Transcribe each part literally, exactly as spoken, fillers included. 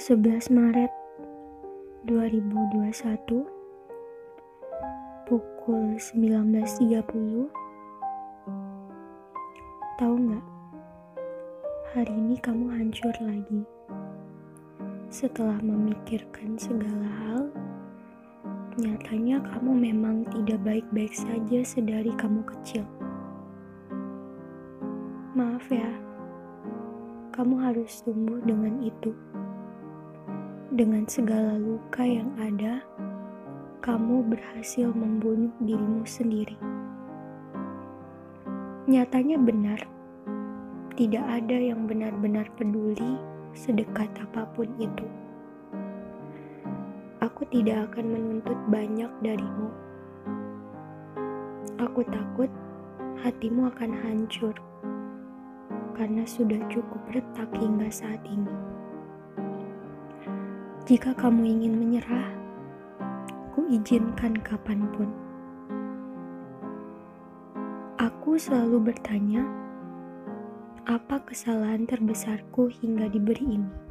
sebelas Maret dua ribu dua puluh satu pukul sembilan belas tiga puluh. Tahu nggak? Hari ini kamu hancur lagi. Setelah memikirkan segala hal, nyatanya kamu memang tidak baik-baik saja sedari kamu kecil. Maaf ya, kamu harus tumbuh dengan itu. Dengan segala luka yang ada, kamu berhasil membunuh dirimu sendiri. Nyatanya benar, tidak ada yang benar-benar peduli sedekat apapun itu. Aku tidak akan menuntut banyak darimu. Aku takut hatimu akan hancur karena sudah cukup retak hingga saat ini. Jika kamu ingin menyerah, ku izinkan kapanpun. Aku selalu bertanya, apa kesalahan terbesarku hingga diberi ini?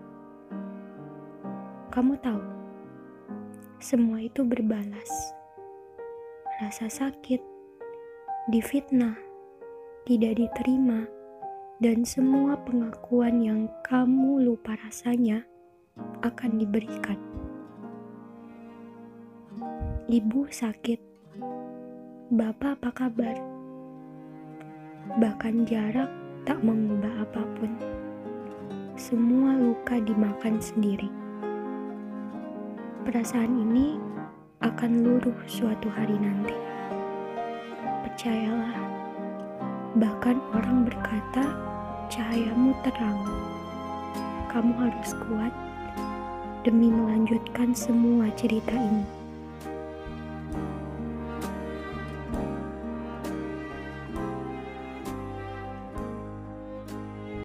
Kamu tahu, semua itu berbalas. Rasa sakit, difitnah, tidak diterima, dan semua pengakuan yang kamu lupa rasanya akan diberikan. Ibu sakit, bapak apa kabar? Bahkan jarak tak mengubah apapun. Semua luka dimakan sendiri. Perasaan ini akan luruh suatu hari nanti. Percayalah, bahkan orang berkata cahayamu terang. Kamu harus kuat demi melanjutkan semua cerita ini.